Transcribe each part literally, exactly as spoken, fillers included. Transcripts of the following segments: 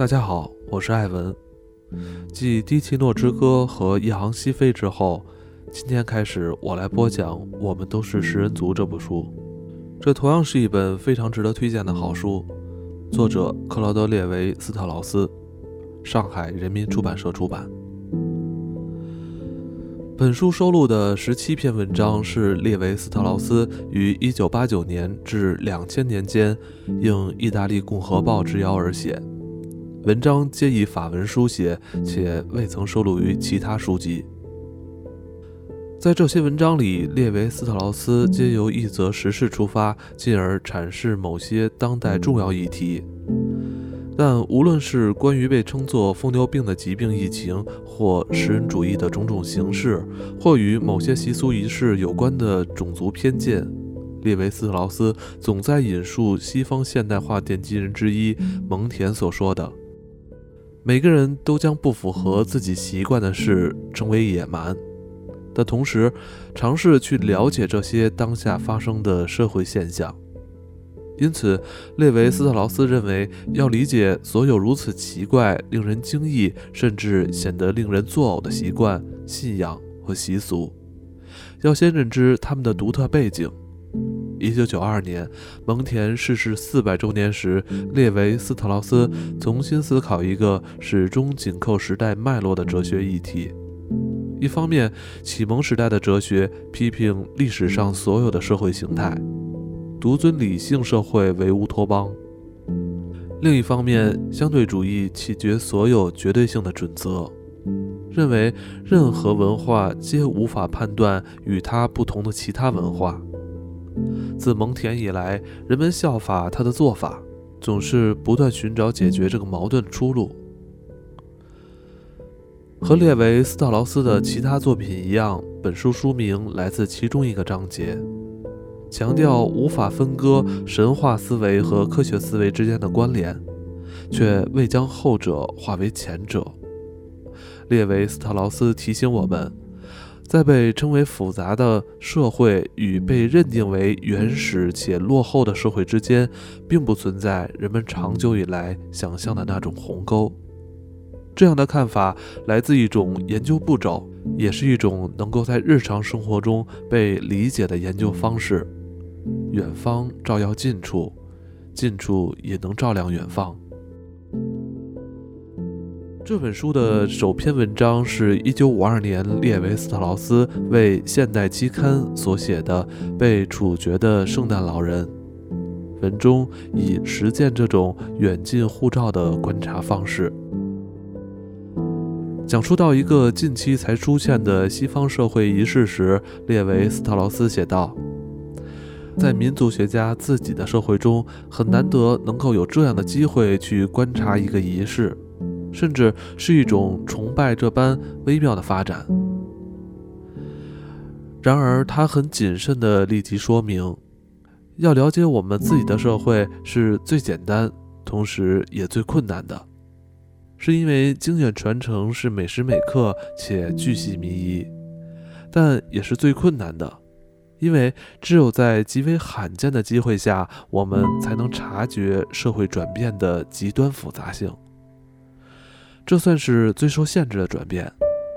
大家好，我是艾文。继《迪奇诺之歌》和《一行西飞》之后，今天开始我来播讲《我们都是食人族》这部书。这同样是一本非常值得推荐的好书，作者克劳德·列维·斯特劳斯，上海人民出版社出版。本书收录的十七篇文章是列维·斯特劳斯于一九八九年至两千年间应意大利共和报之邀而写，文章皆以法文书写，且未曾收录于其他书籍。在这些文章里，列维·斯特劳斯皆由一则时事出发，进而阐释某些当代重要议题。但无论是关于被称作疯牛病的疾病疫情，或食人主义的种种形式，或与某些习俗仪式有关的种族偏见，列维·斯特劳斯总在引述西方现代化奠基人之一蒙恬所说的：每个人都将不符合自己习惯的事称为野蛮的同时，尝试去了解这些当下发生的社会现象。因此，列维·斯特劳斯认为，要理解所有如此奇怪、令人惊异，甚至显得令人作呕的习惯、信仰和习俗，要先认知他们的独特背景。一九九二年，蒙恬逝世四百周年时，列维·斯特劳斯重新思考一个始终紧扣时代脉络的哲学议题。一方面，启蒙时代的哲学批评历史上所有的社会形态，独尊理性社会为乌托邦；另一方面，相对主义弃绝所有绝对性的准则，认为任何文化皆无法判断与它不同的其他文化。自蒙恬以来，人们效法他的做法，总是不断寻找解决这个矛盾的出路。和列维·斯特劳斯的其他作品一样，本书书名来自其中一个章节，强调无法分割神话思维和科学思维之间的关联，却未将后者化为前者。列维·斯特劳斯提醒我们，在被称为复杂的社会与被认定为原始且落后的社会之间，并不存在人们长久以来想象的那种鸿沟。这样的看法来自一种研究步骤，也是一种能够在日常生活中被理解的研究方式。远方照耀近处，近处也能照亮远方。这本书的首篇文章是一九五二年列维·斯特劳斯为《现代期刊》所写的《被处决的圣诞老人》，文中以实践这种远近互照的观察方式，讲述到一个近期才出现的西方社会仪式时，列维·斯特劳斯写道：在民族学家自己的社会中，很难得能够有这样的机会去观察一个仪式，甚至是一种崇拜这般微妙的发展。然而他很谨慎地立即说明，要了解我们自己的社会是最简单，同时也最困难的，是因为经验传承是每时每刻且巨细靡遗，但也是最困难的，因为只有在极为罕见的机会下，我们才能察觉社会转变的极端复杂性。这算是最受限制的转变。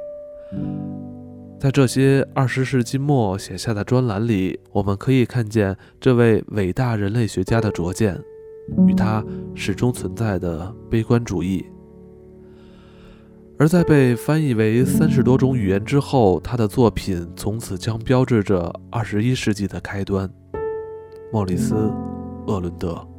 在这些二十世纪末写下的专栏里，我们可以看见这位伟大人类学家的拙见，与他始终存在的悲观主义。而在被翻译为三十多种语言之后，他的作品从此将标志着二十一世纪的开端。莫里斯·厄伦德。